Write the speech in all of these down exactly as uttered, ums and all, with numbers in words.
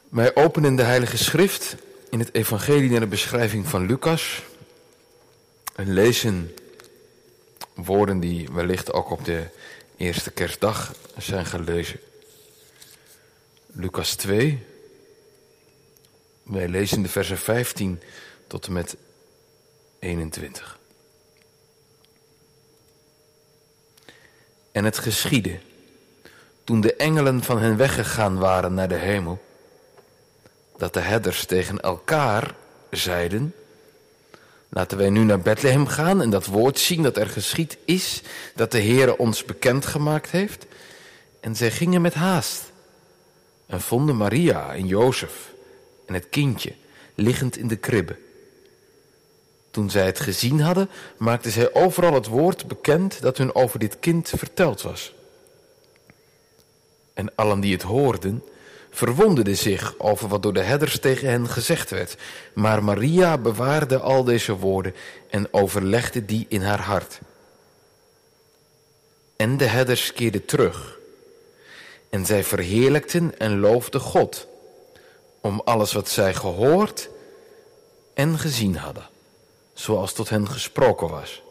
Wij openen de Heilige Schrift in het evangelie naar de beschrijving van Lucas. En lezen woorden die wellicht ook op de eerste kerstdag zijn gelezen. Lucas twee. Wij lezen de versen vijftien tot en met eenentwintig. En het geschiedde, toen de engelen van hen weggegaan waren naar de hemel, dat de herders tegen elkaar zeiden: laten wij nu naar Bethlehem gaan en dat woord zien dat er geschied is, dat de Heere ons bekendgemaakt heeft. En zij gingen met haast en vonden Maria en Jozef en het kindje liggend in de kribbe. Toen zij het gezien hadden, maakten zij overal het woord bekend dat hun over dit kind verteld was. En allen die het hoorden, verwonderden zich over wat door de herders tegen hen gezegd werd. Maar Maria bewaarde al deze woorden en overlegde die in haar hart. En de herders keerden terug. En zij verheerlijkten en loofden God om alles wat zij gehoord en gezien hadden, zoals tot hen gesproken was.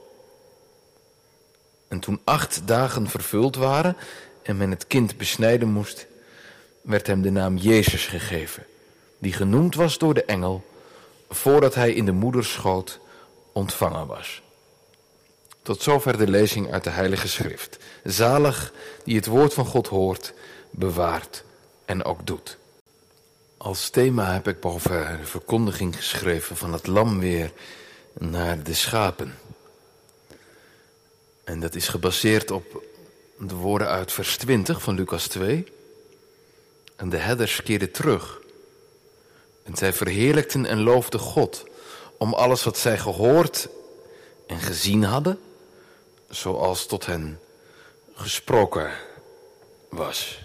En toen acht dagen vervuld waren en men het kind besnijden moest, werd hem de naam Jezus gegeven, die genoemd was door de engel, voordat hij in de moederschoot ontvangen was. Tot zover de lezing uit de Heilige Schrift. Zalig die het woord van God hoort, bewaart en ook doet. Als thema heb ik boven de verkondiging geschreven van het lam weer naar de schapen. En dat is gebaseerd op de woorden uit vers twintig van Lucas twee. En de herders keerden terug. En zij verheerlijkten en loofden God om alles wat zij gehoord en gezien hadden, zoals tot hen gesproken was.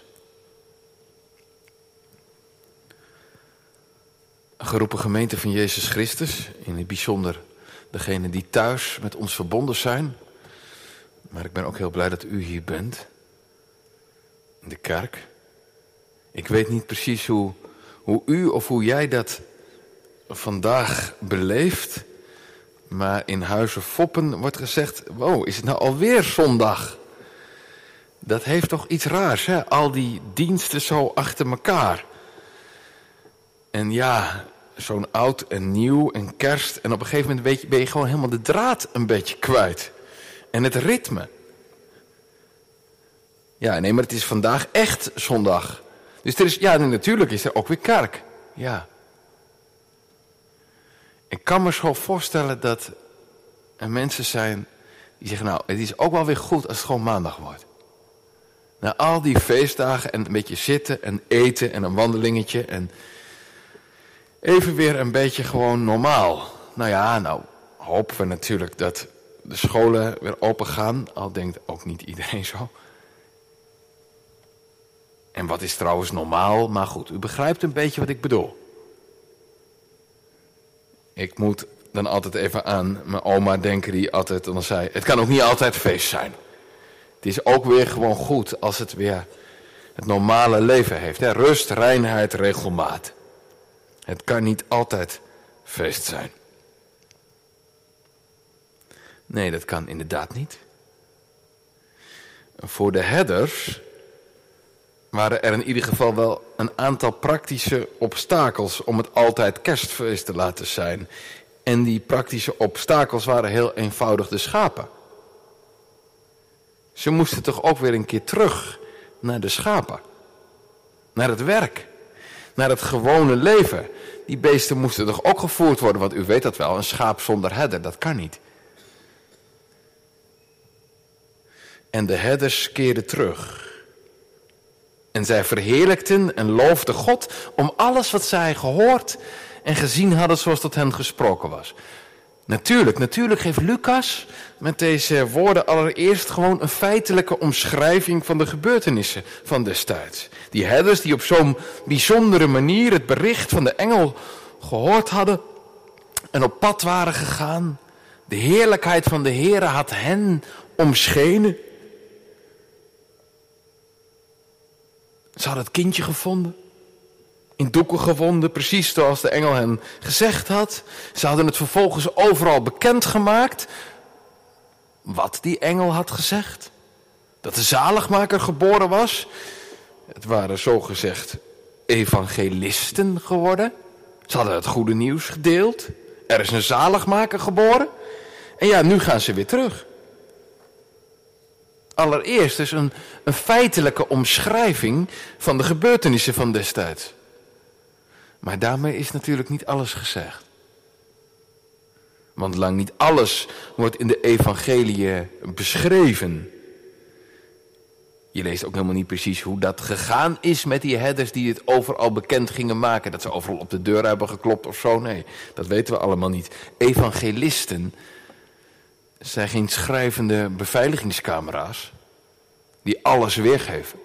Geroepen gemeente van Jezus Christus, in het bijzonder degenen die thuis met ons verbonden zijn. Maar ik ben ook heel blij dat u hier bent, in de kerk. Ik weet niet precies hoe, hoe u of hoe jij dat vandaag beleeft. Maar in Huizen Foppen wordt gezegd: wow, is het nou alweer zondag? Dat heeft toch iets raars, hè? Al die diensten zo achter elkaar. En ja, zo'n oud en nieuw en kerst. En op een gegeven moment ben je, ben je gewoon helemaal de draad een beetje kwijt. En het ritme. Ja, nee, maar het is vandaag echt zondag. Dus er is, ja, natuurlijk is er ook weer kerk. Ja. Ik kan me zo voorstellen dat er mensen zijn die zeggen: nou, het is ook wel weer goed als het gewoon maandag wordt. Na al die feestdagen en een beetje zitten en eten en een wandelingetje en even weer een beetje gewoon normaal. Nou ja, nou hopen we natuurlijk dat de scholen weer open gaan, al denkt ook niet iedereen zo. En wat is trouwens normaal? Maar goed, u begrijpt een beetje wat ik bedoel. Ik moet dan altijd even aan mijn oma denken die altijd dan zei: het kan ook niet altijd feest zijn. Het is ook weer gewoon goed als het weer het normale leven heeft. Hè? Rust, reinheid, regelmaat. Het kan niet altijd feest zijn. Nee, dat kan inderdaad niet. Voor de herders waren er in ieder geval wel een aantal praktische obstakels om het altijd kerstfeest te laten zijn. En die praktische obstakels waren heel eenvoudig de schapen. Ze moesten toch ook weer een keer terug naar de schapen. Naar het werk. Naar het gewone leven. Die beesten moesten toch ook gevoerd worden, want u weet dat wel, een schaap zonder herder, dat kan niet. En de herders keerden terug. En zij verheerlijkten en loofden God om alles wat zij gehoord en gezien hadden zoals tot hen gesproken was. Natuurlijk, natuurlijk geeft Lucas met deze woorden allereerst gewoon een feitelijke omschrijving van de gebeurtenissen van destijds. Die herders die op zo'n bijzondere manier het bericht van de engel gehoord hadden en op pad waren gegaan. De heerlijkheid van de Heere had hen omschenen. Ze hadden het kindje gevonden. In doeken gewonden, precies zoals de engel hen gezegd had. Ze hadden het vervolgens overal bekendgemaakt. Wat die engel had gezegd. Dat de zaligmaker geboren was. Het waren zogezegd evangelisten geworden. Ze hadden het goede nieuws gedeeld. Er is een zaligmaker geboren. En ja, nu gaan ze weer terug. Allereerst dus een, een feitelijke omschrijving van de gebeurtenissen van destijds. Maar daarmee is natuurlijk niet alles gezegd. Want lang niet alles wordt in de evangeliën beschreven. Je leest ook helemaal niet precies hoe dat gegaan is met die herders die het overal bekend gingen maken. Dat ze overal op de deur hebben geklopt of zo. Nee, dat weten we allemaal niet. Evangelisten zijn geen schrijvende beveiligingscamera's die alles weergeven.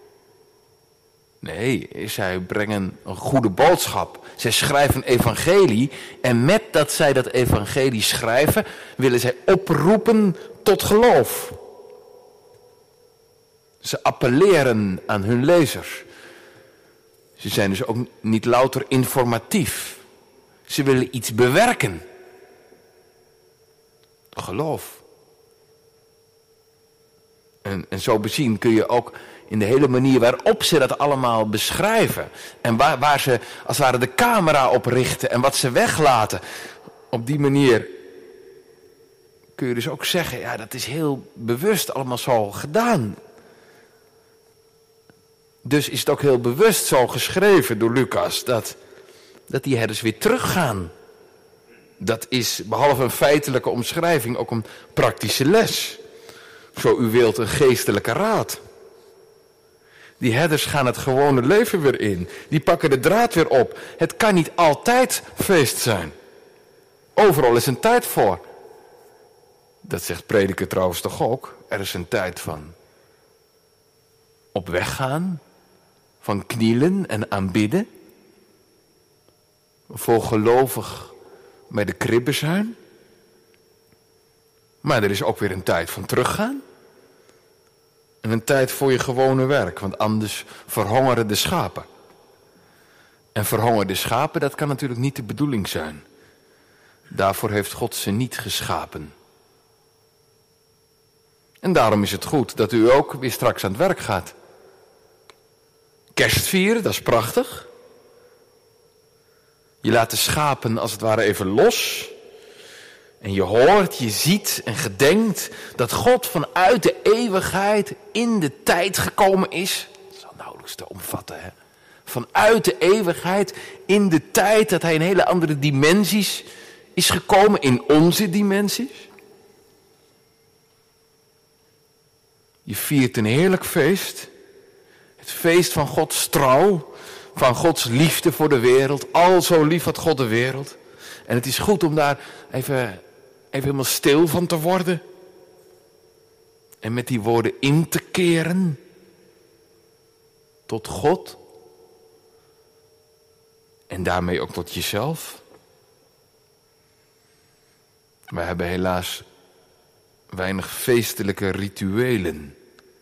Nee, zij brengen een goede boodschap. Zij schrijven een evangelie en met dat zij dat evangelie schrijven, willen zij oproepen tot geloof. Ze appelleren aan hun lezers. Ze zijn dus ook niet louter informatief. Ze willen iets bewerken. Geloof. En, en zo bezien kun je ook in de hele manier waarop ze dat allemaal beschrijven. En waar, waar ze als het ware de camera op richten en wat ze weglaten. Op die manier kun je dus ook zeggen, ja, dat is heel bewust allemaal zo gedaan. Dus is het ook heel bewust zo geschreven door Lucas, dat, dat die herders weer teruggaan. Dat is, behalve een feitelijke omschrijving, ook een praktische les. Zo u wilt, een geestelijke raad. Die herders gaan het gewone leven weer in. Die pakken de draad weer op. Het kan niet altijd feest zijn. Overal is een tijd voor. Dat zegt Prediker trouwens toch ook. Er is een tijd van op weg gaan, van knielen en aanbidden. Volgelovig bij de kribben zijn. Maar er is ook weer een tijd van teruggaan. En een tijd voor je gewone werk, want anders verhongeren de schapen. En verhongerde schapen, dat kan natuurlijk niet de bedoeling zijn. Daarvoor heeft God ze niet geschapen. En daarom is het goed dat u ook weer straks aan het werk gaat. Kerst vieren, dat is prachtig. Je laat de schapen als het ware even los. En je hoort, je ziet en gedenkt dat God vanuit de eeuwigheid in de tijd gekomen is. Dat is al nauwelijks te omvatten, hè. Vanuit de eeuwigheid in de tijd dat hij in hele andere dimensies is gekomen, in onze dimensies. Je viert een heerlijk feest. Het feest van Gods trouw, van Gods liefde voor de wereld. Al zo lief had God de wereld. En het is goed om daar even, even helemaal stil van te worden. En met die woorden in te keren. Tot God. En daarmee ook tot jezelf. We hebben helaas weinig feestelijke rituelen.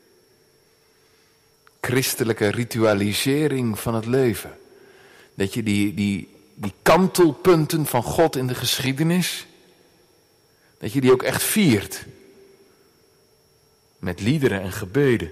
Christelijke ritualisering van het leven. Dat je die, die, die kantelpunten van God in de geschiedenis, dat je die ook echt viert. Met liederen en gebeden.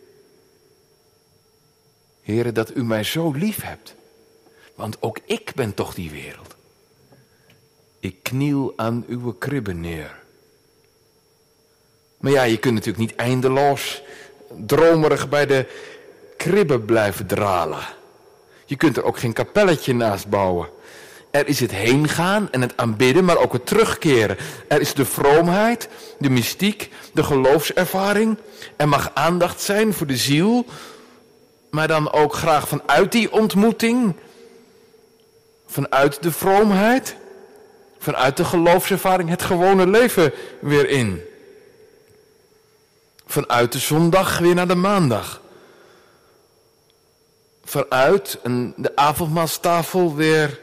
Heere, dat u mij zo lief hebt. Want ook ik ben toch die wereld. Ik kniel aan uw kribben neer. Maar ja, je kunt natuurlijk niet eindeloos dromerig bij de kribben blijven dralen. Je kunt er ook geen kapelletje naast bouwen. Er is het heengaan en het aanbidden, maar ook het terugkeren. Er is de vroomheid, de mystiek, de geloofservaring. Er mag aandacht zijn voor de ziel, maar dan ook graag vanuit die ontmoeting, vanuit de vroomheid, vanuit de geloofservaring het gewone leven weer in. Vanuit de zondag weer naar de maandag. Vanuit een, de avondmaalstafel weer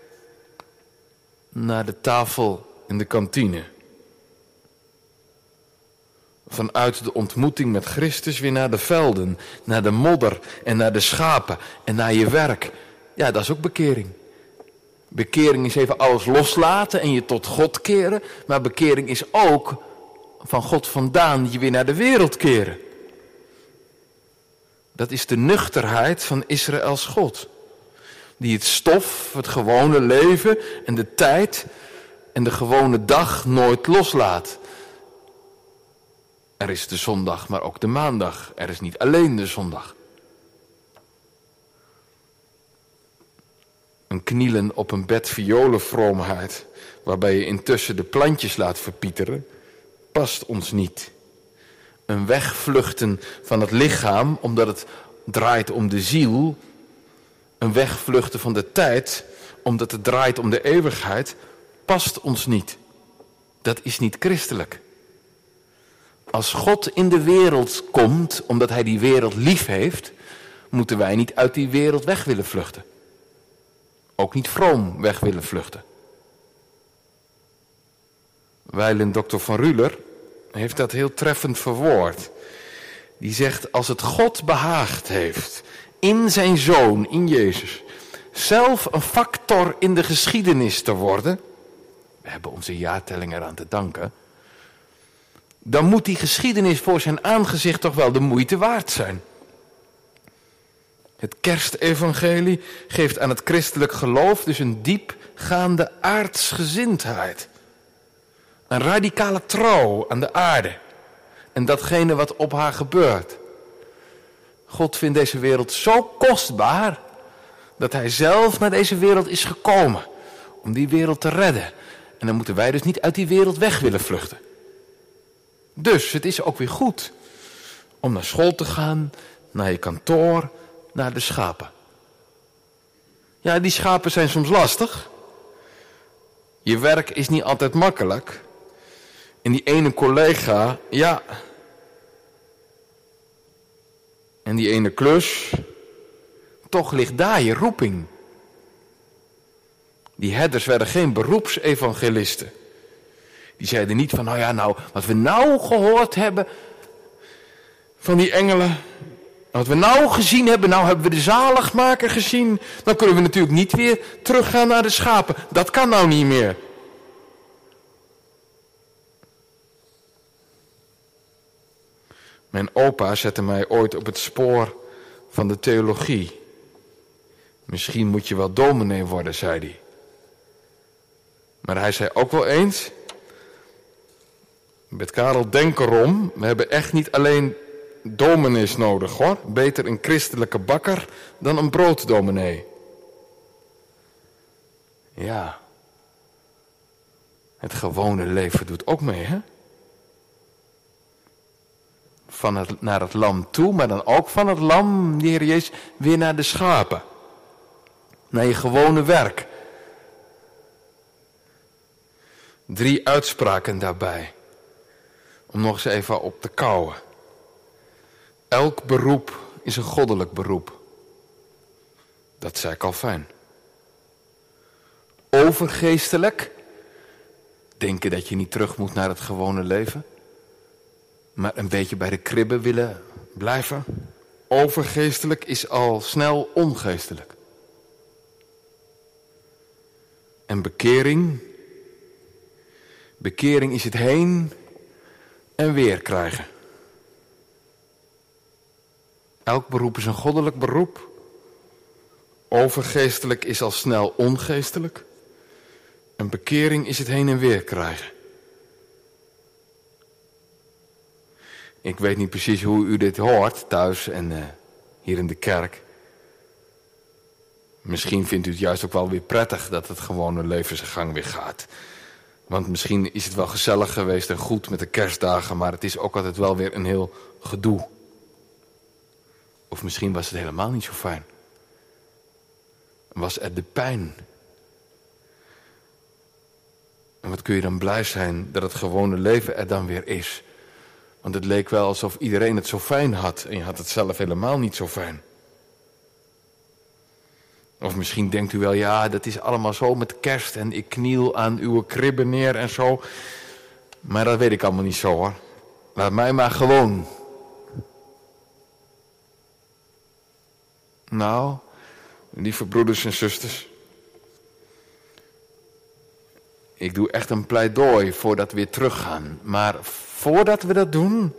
naar de tafel in de kantine. Vanuit de ontmoeting met Christus weer naar de velden, naar de modder en naar de schapen en naar je werk Ja, dat is ook bekering. Bekering is even alles loslaten en je tot God keren. Maar bekering is ook van God vandaan je weer naar de wereld keren. Dat is de nuchterheid van Israëls God. Die het stof, het gewone leven en de tijd en de gewone dag nooit loslaat. Er is de zondag, maar ook de maandag. Er is niet alleen de zondag. Een knielen op een bed violenvroomheid, waarbij je intussen de plantjes laat verpieteren, past ons niet. Een wegvluchten van het lichaam, omdat het draait om de ziel. Een wegvluchten van de tijd, omdat het draait om de eeuwigheid, past ons niet. Dat is niet christelijk. Als God in de wereld komt, omdat hij die wereld lief heeft, moeten wij niet uit die wereld weg willen vluchten. Ook niet vroom weg willen vluchten. Wijlen dokter Van Ruler heeft dat heel treffend verwoord. Die zegt, als het God behaagd heeft in zijn Zoon, in Jezus, zelf een factor in de geschiedenis te worden, we hebben onze jaartelling eraan te danken, dan moet die geschiedenis voor zijn aangezicht toch wel de moeite waard zijn. Het kerstevangelie geeft aan het christelijk geloof dus een diepgaande aardsgezindheid. Een radicale trouw aan de aarde en datgene wat op haar gebeurt. God vindt deze wereld zo kostbaar dat hij zelf naar deze wereld is gekomen om die wereld te redden. En dan moeten wij dus niet uit die wereld weg willen vluchten. Dus het is ook weer goed om naar school te gaan, naar je kantoor, naar de schapen. Ja, die schapen zijn soms lastig. Je werk is niet altijd makkelijk. En die ene collega, ja. En die ene klus, toch ligt daar je roeping. Die herders werden geen beroepsevangelisten. Die zeiden niet van, nou ja, nou, wat we nou gehoord hebben van die engelen, wat we nou gezien hebben, nou hebben we de zaligmaker gezien, dan kunnen we natuurlijk niet weer teruggaan naar de schapen. Dat kan nou niet meer. Mijn opa zette mij ooit op het spoor van de theologie. Misschien moet je wel dominee worden, zei hij. Maar hij zei ook wel eens, met Karel, denk erom, we hebben echt niet alleen dominees nodig hoor. Beter een christelijke bakker dan een brooddominee. Ja, het gewone leven doet ook mee, hè? Van het, naar het lam toe, maar dan ook van het lam, de Heer Jezus, weer naar de schapen. Naar je gewone werk. Drie uitspraken daarbij. Om nog eens even op te kouwen. Elk beroep is een goddelijk beroep. Dat zei Calvijn. Overgeestelijk. Denken dat je niet terug moet naar het gewone leven. Maar een beetje bij de kribben willen blijven. Overgeestelijk is al snel ongeestelijk. En bekering. Bekering is het heen en weer krijgen. Elk beroep is een goddelijk beroep. Overgeestelijk is al snel ongeestelijk. En bekering is het heen en weer krijgen. Ik weet niet precies hoe u dit hoort thuis en uh, hier in de kerk. Misschien vindt u het juist ook wel weer prettig dat het gewone leven zijn gang weer gaat. Want misschien is het wel gezellig geweest en goed met de kerstdagen, maar het is ook altijd wel weer een heel gedoe. Of misschien was het helemaal niet zo fijn. Was er de pijn. En wat kun je dan blij zijn dat het gewone leven er dan weer is. Want het leek wel alsof iedereen het zo fijn had en je had het zelf helemaal niet zo fijn. Of misschien denkt u wel, ja, dat is allemaal zo met kerst en ik kniel aan uw kribben neer en zo. Maar dat weet ik allemaal niet zo hoor. Laat mij maar gewoon. Nou, Lieve broeders en zusters, ik doe echt een pleidooi voor dat we weer teruggaan. Maar voordat we dat doen,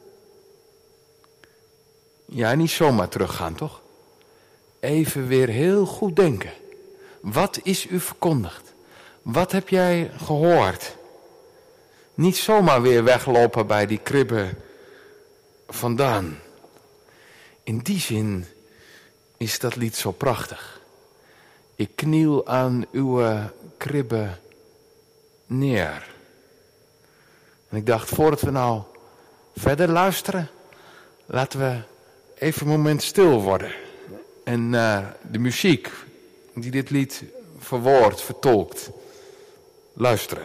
ja, niet zomaar teruggaan, toch? Even weer heel goed denken. Wat is u verkondigd? Wat heb jij gehoord? Niet zomaar weer weglopen bij die kribben vandaan. In die zin is dat lied zo prachtig. Ik kniel aan uw kribben neer. En ik dacht, voordat we nou verder luisteren, laten we even een moment stil worden. En uh, de muziek die dit lied verwoordt, vertolkt, luisteren.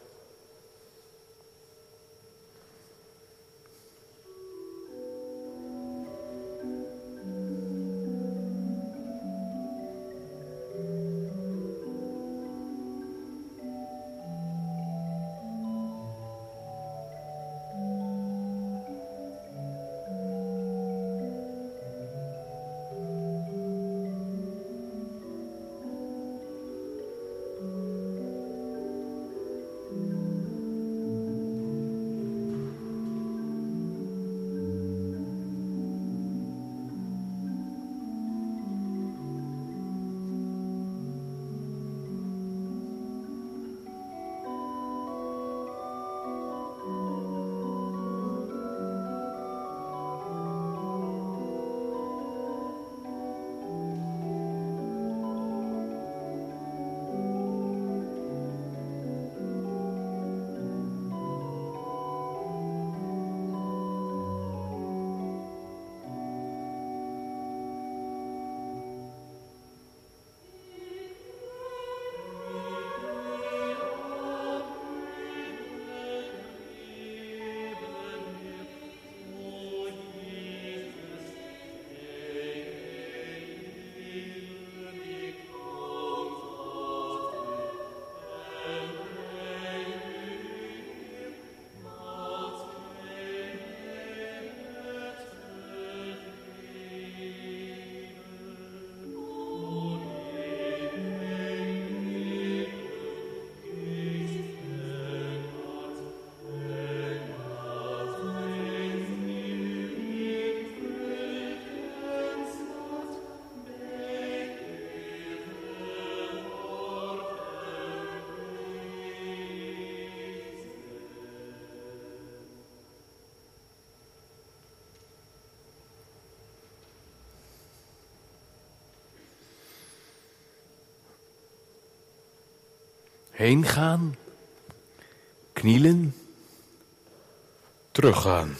Heen gaan, knielen, teruggaan.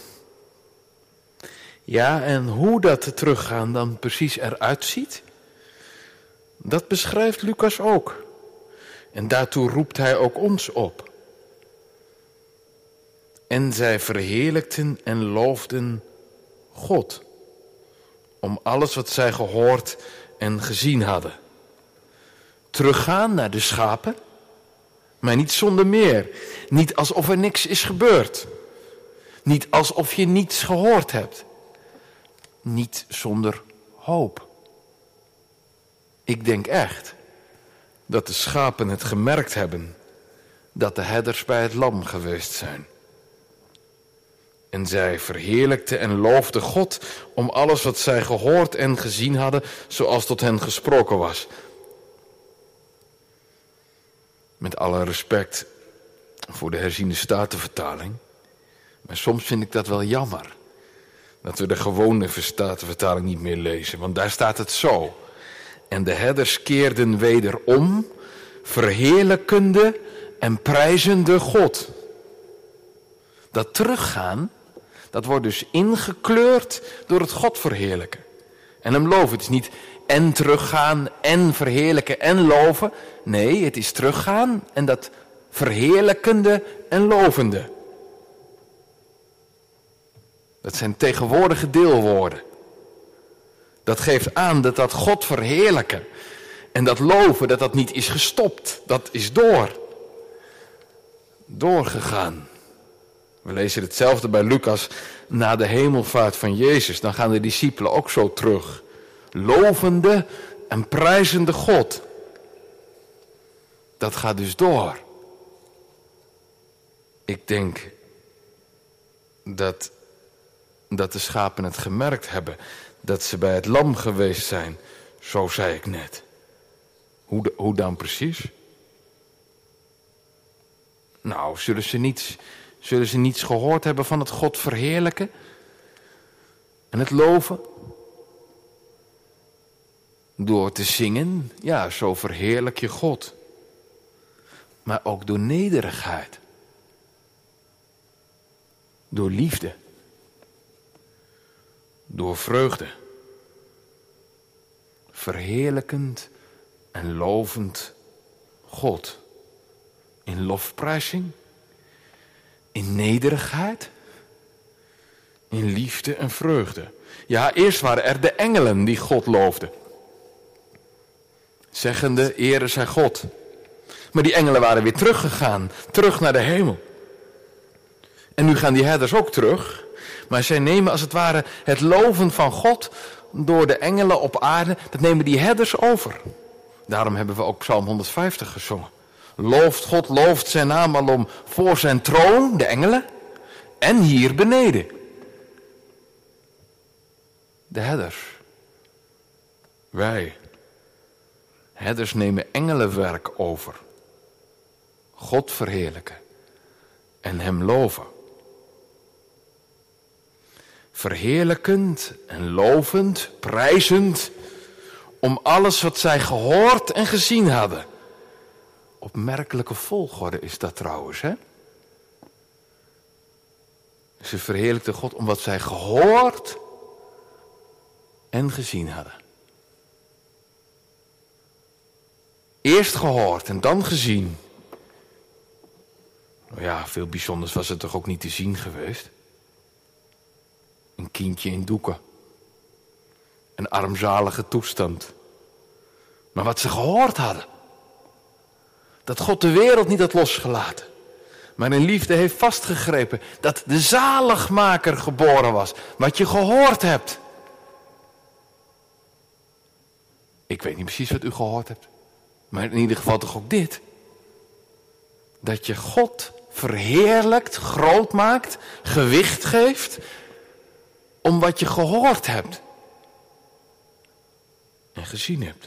Ja, en hoe dat teruggaan dan precies eruit ziet, dat beschrijft Lucas ook. En daartoe roept hij ook ons op. En zij verheerlijkten en loofden God om alles wat zij gehoord en gezien hadden. Teruggaan naar de schapen, maar niet zonder meer. Niet alsof er niks is gebeurd. Niet alsof je niets gehoord hebt. Niet zonder hoop. Ik denk echt dat de schapen het gemerkt hebben dat de herders bij het lam geweest zijn. En zij verheerlijkten en loofden God om alles wat zij gehoord en gezien hadden, zoals tot hen gesproken was. Met alle respect voor de herziene statenvertaling, maar soms vind ik dat wel jammer. Dat we de gewone statenvertaling niet meer lezen, want daar staat het zo. En de herders keerden wederom, verheerlijkende en prijzende God. Dat teruggaan, dat wordt dus ingekleurd door het God verheerlijken. En hem loven. Het is niet en teruggaan en verheerlijken en loven. Nee, het is teruggaan en dat verheerlijkende en lovende. Dat zijn tegenwoordige deelwoorden. Dat geeft aan dat dat God verheerlijken en dat loven, dat dat niet is gestopt. Dat is door. Doorgegaan. We lezen hetzelfde bij Lucas na de hemelvaart van Jezus. Dan gaan de discipelen ook zo terug. Lovende en prijzende God. Dat gaat dus door. Ik denk dat, dat de schapen het gemerkt hebben. Dat ze bij het lam geweest zijn. Zo zei ik net. Hoe, de, hoe dan precies? Nou, zullen ze, niets, zullen ze niets gehoord hebben van het God verheerlijken? En het loven? Door te zingen, ja, zo verheerlijk je God. Maar ook door nederigheid. Door liefde. Door vreugde. Verheerlijkend en lovend God. In lofprijzing. In nederigheid. In liefde en vreugde. Ja, eerst waren er de engelen die God loofden. Zeggende, ere zij God. Maar die engelen waren weer teruggegaan. Terug naar de hemel. En nu gaan die herders ook terug. Maar zij nemen als het ware het loven van God door de engelen op aarde. Dat nemen die herders over. Daarom hebben we ook Psalm honderdvijftig gezongen. Looft God, looft zijn naam alom voor zijn troon, de engelen. En hier beneden. De herders. Wij. Herders nemen engelenwerk over. God verheerlijken. En hem loven. Verheerlijkend en lovend, prijzend. Om alles wat zij gehoord en gezien hadden. Opmerkelijke volgorde is dat trouwens, hè? Ze verheerlijkten God om wat zij gehoord en gezien hadden. Eerst gehoord en dan gezien. Nou ja, veel bijzonders was het toch ook niet te zien geweest. Een kindje in doeken. Een armzalige toestand. Maar wat ze gehoord hadden. Dat God de wereld niet had losgelaten. Maar in liefde heeft vastgegrepen. Dat de zaligmaker geboren was. Wat je gehoord hebt. Ik weet niet precies wat u gehoord hebt. Maar in ieder geval toch ook dit. Dat je God verheerlijkt, groot maakt, gewicht geeft. Om wat je gehoord hebt. En gezien hebt.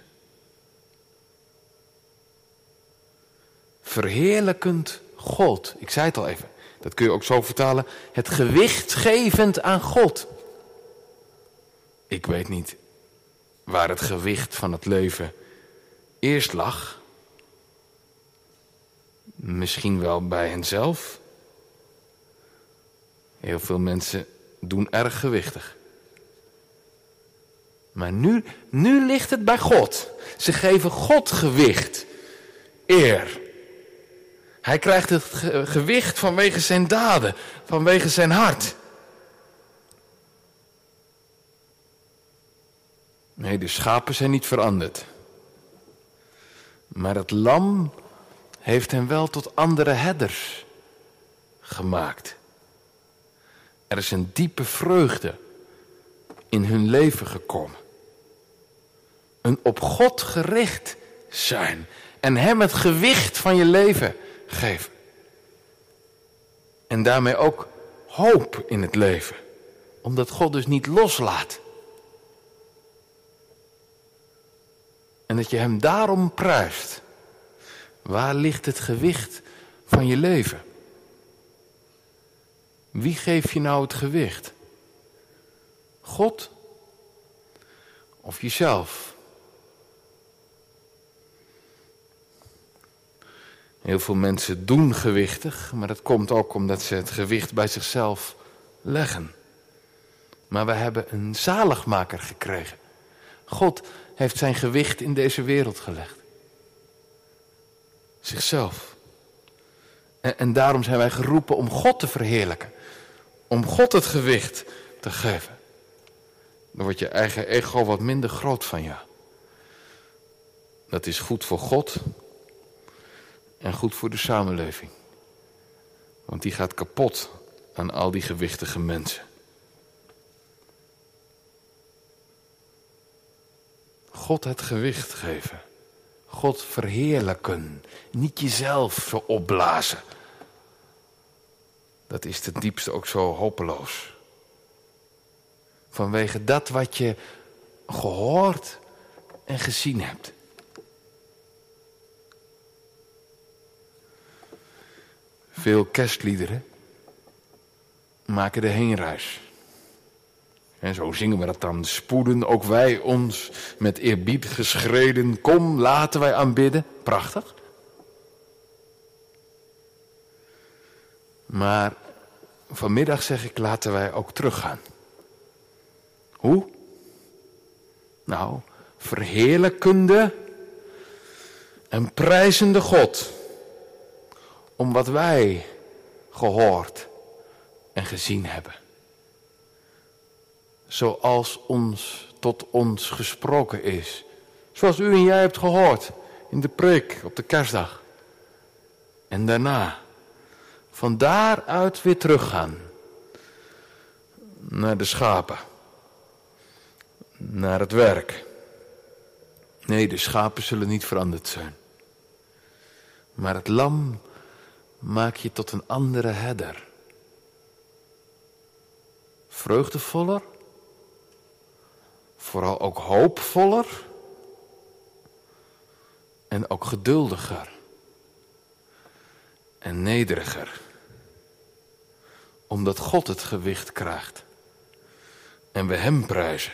Verheerlijkend God. Ik zei het al even. Dat kun je ook zo vertalen. Het gewicht gevend aan God. Ik weet niet waar het gewicht van het leven eerst lag. Misschien wel bij henzelf. Heel veel mensen doen erg gewichtig. Maar nu, nu ligt het bij God. Ze geven God gewicht. Eer. Hij krijgt het gewicht vanwege zijn daden. Vanwege zijn hart. Nee, de schapen zijn niet veranderd. Maar het lam heeft hen wel tot andere herders gemaakt. Er is een diepe vreugde in hun leven gekomen. Een op God gericht zijn. En hem het gewicht van je leven geven. En daarmee ook hoop in het leven. Omdat God dus niet loslaat. En dat je hem daarom prijst. Waar ligt het gewicht van je leven? Wie geeft je nou het gewicht? God? Of jezelf? Heel veel mensen doen gewichtig, maar dat komt ook omdat ze het gewicht bij zichzelf leggen. Maar we hebben een zaligmaker gekregen. God heeft zijn gewicht in deze wereld gelegd. Zichzelf. En, en daarom zijn wij geroepen om God te verheerlijken. Om God het gewicht te geven. Dan wordt je eigen ego wat minder groot van je. Dat is goed voor God. En goed voor de samenleving. Want die gaat kapot aan al die gewichtige mensen. God het gewicht geven. God verheerlijken. Niet jezelf zo opblazen. Dat is ten diepste ook zo hopeloos. Vanwege dat wat je gehoord en gezien hebt. Veel kerstliederen maken de heenreis. En zo zingen we dat dan. Spoeden ook wij ons met eerbiedige schreden. Kom, laten wij aanbidden. Prachtig. Maar vanmiddag zeg ik, laten wij ook teruggaan. Hoe? Nou, verheerlijkende en prijzende God. Om wat wij gehoord en gezien hebben. Zoals ons tot ons gesproken is. Zoals u en jij hebt gehoord in de preek op de kerstdag. En daarna van daaruit weer teruggaan. Naar de schapen. Naar het werk. Nee, de schapen zullen niet veranderd zijn. Maar het lam maak je tot een andere herder. Vreugdevoller. Vooral ook hoopvoller. En ook geduldiger. En nederiger. Omdat God het gewicht krijgt. En we hem prijzen.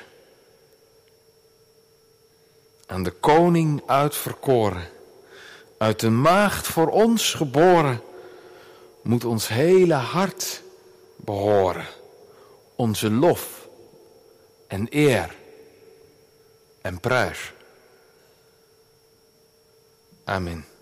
Aan de koning uitverkoren. Uit de maagd voor ons geboren. Moet ons hele hart behoren. Onze lof en eer en prijs. Amen.